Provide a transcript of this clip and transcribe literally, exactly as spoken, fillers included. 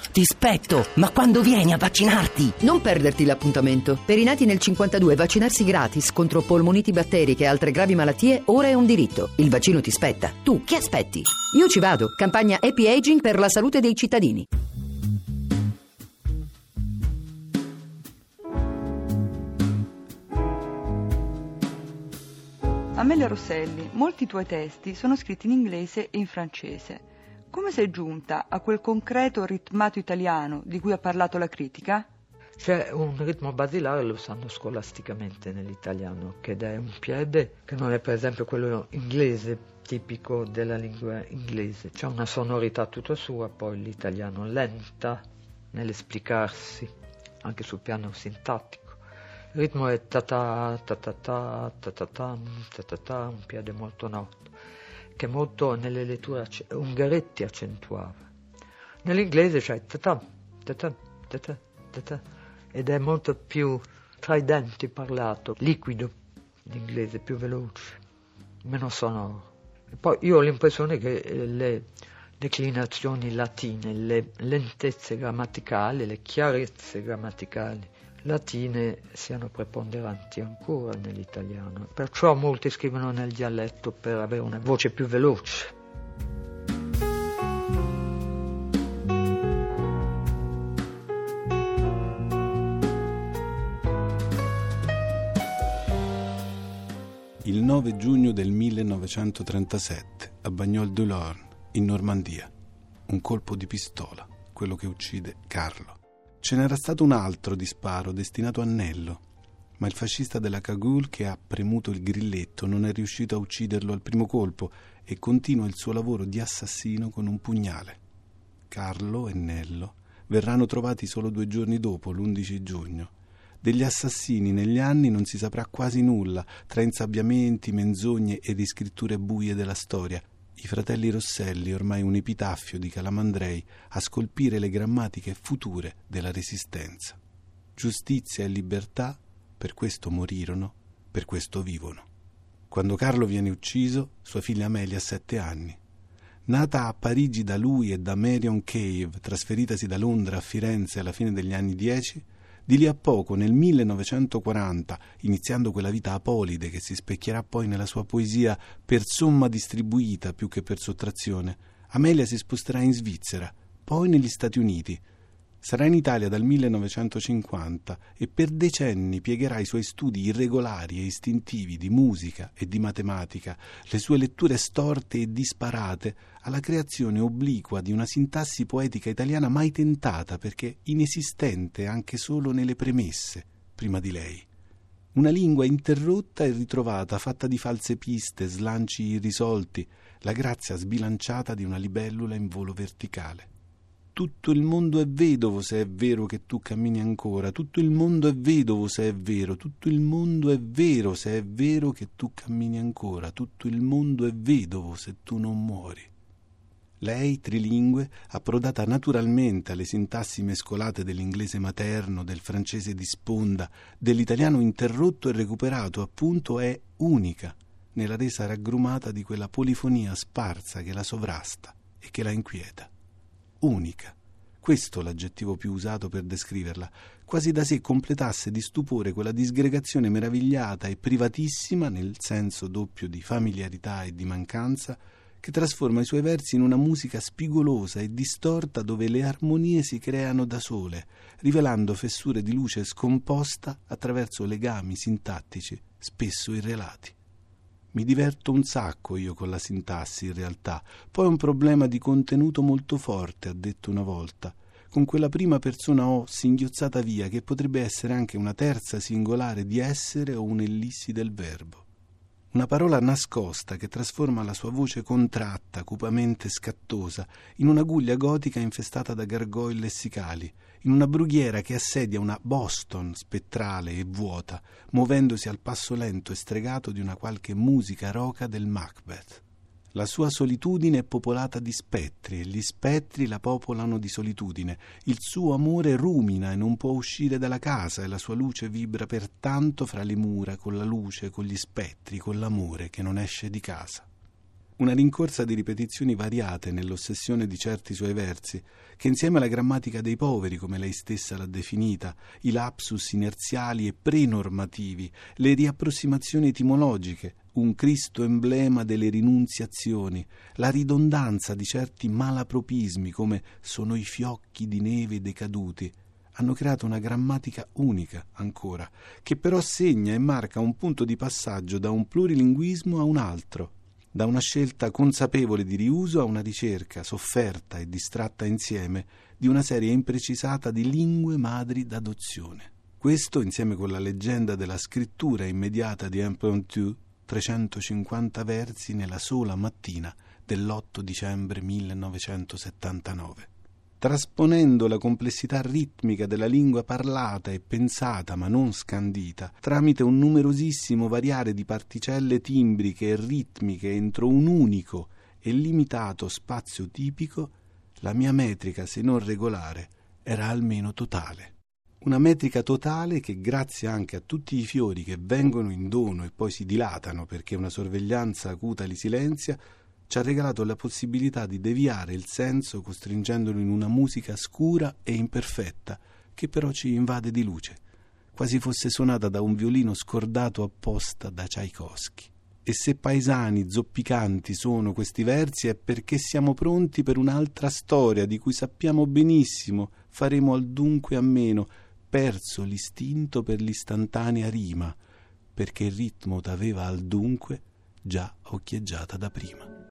ti spetto, ma quando vieni a vaccinarti? Non perderti l'appuntamento. Per i nati nel cinquantadue vaccinarsi gratis contro polmoniti batteriche e altre gravi malattie ora è un diritto. Il vaccino ti spetta. Tu che aspetti? Io ci vado. Campagna Happy Aging per la salute dei cittadini. Amelia Rosselli, molti tuoi testi sono scritti in inglese e in francese. Come sei giunta a quel concreto ritmato italiano di cui ha parlato la critica? C'è un ritmo basilare, lo sanno scolasticamente nell'italiano, che è un piede che non è per esempio quello inglese, tipico della lingua inglese. C'è una sonorità tutta sua, poi l'italiano lenta nell'esplicarsi, anche sul piano sintattico. Il ritmo è ta-ta, ta-ta-ta, ta-ta-ta, ta-ta-ta, un piede molto noto, che molto nelle letture ac- Ungaretti accentuava. Nell'inglese c'è ta-ta, ta-ta, ta-ta, ta-ta, ed è molto più tra i denti parlato, liquido, l'inglese più veloce, meno sonoro. E poi io ho l'impressione che le declinazioni latine, le lentezze grammaticali, le chiarezze grammaticali latine siano preponderanti ancora nell'italiano, perciò molti scrivono nel dialetto per avere una voce più veloce. Il nove giugno del millenovecentotrentasette a Bagnols-de-l'Orne, in Normandia, un colpo di pistola, quello che uccide Carlo. Ce n'era stato un altro di sparo destinato a Nello, ma il fascista della Cagoule che ha premuto il grilletto non è riuscito a ucciderlo al primo colpo e continua il suo lavoro di assassino con un pugnale. Carlo e Nello verranno trovati solo due giorni dopo, l'undici giugno. Degli assassini negli anni non si saprà quasi nulla, tra insabbiamenti, menzogne e riscritture buie della storia. I fratelli Rosselli, ormai un epitaffio di Calamandrei, a scolpire le grammatiche future della Resistenza. Giustizia e libertà, per questo morirono, per questo vivono. Quando Carlo viene ucciso, sua figlia Amelia ha sette anni. Nata a Parigi da lui e da Marion Cave, trasferitasi da Londra a Firenze alla fine degli anni dieci, di lì a poco, nel millenovecentoquaranta, iniziando quella vita apolide che si specchierà poi nella sua poesia per somma distribuita più che per sottrazione, Amelia si sposterà in Svizzera, poi negli Stati Uniti. Sarà in Italia dal millenovecentocinquanta e per decenni piegherà i suoi studi irregolari e istintivi di musica e di matematica, le sue letture storte e disparate, alla creazione obliqua di una sintassi poetica italiana mai tentata perché inesistente anche solo nelle premesse prima di lei. Una lingua interrotta e ritrovata, fatta di false piste, slanci irrisolti, la grazia sbilanciata di una libellula in volo verticale. Tutto il mondo è vedovo se è vero che tu cammini ancora, tutto il mondo è vedovo se è vero, tutto il mondo è vero se è vero che tu cammini ancora, tutto il mondo è vedovo se tu non muori. Lei, trilingue, approdata naturalmente alle sintassi mescolate dell'inglese materno, del francese di sponda, dell'italiano interrotto e recuperato, appunto, è unica nella resa raggrumata di quella polifonia sparsa che la sovrasta e che la inquieta. Unica. Questo l'aggettivo più usato per descriverla, quasi da sé completasse di stupore quella disgregazione meravigliata e privatissima, nel senso doppio di familiarità e di mancanza, che trasforma i suoi versi in una musica spigolosa e distorta dove le armonie si creano da sole, rivelando fessure di luce scomposta attraverso legami sintattici spesso irrelati. Mi diverto un sacco io con la sintassi, in realtà. Poi un problema di contenuto molto forte, ha detto una volta. Con quella prima persona O singhiozzata via, che potrebbe essere anche una terza singolare di essere o un'ellissi del verbo. Una parola nascosta che trasforma la sua voce contratta, cupamente scattosa, in un'aguglia gotica infestata da gargoyle lessicali, in una brughiera che assedia una Boston spettrale e vuota, muovendosi al passo lento e stregato di una qualche musica roca del Macbeth. La sua solitudine è popolata di spettri e gli spettri la popolano di solitudine. Il suo amore rumina e non può uscire dalla casa e la sua luce vibra pertanto fra le mura, con la luce, con gli spettri, con l'amore che non esce di casa. una rincorsa di ripetizioni variate nell'ossessione di certi suoi versi, che insieme alla grammatica dei poveri, come lei stessa l'ha definita, i lapsus inerziali e prenormativi, le riapprossimazioni etimologiche, un Cristo emblema delle rinunziazioni, la ridondanza di certi malapropismi come sono i fiocchi di neve decaduti, hanno creato una grammatica unica ancora, che però segna e marca un punto di passaggio da un plurilinguismo a un altro, da una scelta consapevole di riuso a una ricerca sofferta e distratta insieme di una serie imprecisata di lingue madri d'adozione. Questo, insieme con la leggenda della scrittura immediata di Impromptu, trecentocinquanta versi nella sola mattina dell'otto dicembre millenovecentosettantanove. Trasponendo la complessità ritmica della lingua parlata e pensata ma non scandita, tramite un numerosissimo variare di particelle timbriche e ritmiche entro un unico e limitato spazio tipico, la mia metrica, se non regolare, era almeno totale. Una metrica totale che, grazie anche a tutti i fiori che vengono in dono e poi si dilatano perché una sorveglianza acuta li silenzia, ci ha regalato la possibilità di deviare il senso costringendolo in una musica scura e imperfetta, che però ci invade di luce, quasi fosse suonata da un violino scordato apposta da Tchaikovsky. E se paesani zoppicanti sono questi versi è perché siamo pronti per un'altra storia di cui sappiamo benissimo faremo al dunque a meno, perso l'istinto per l'istantanea rima, perché il ritmo t'aveva al dunque già occhieggiata da prima.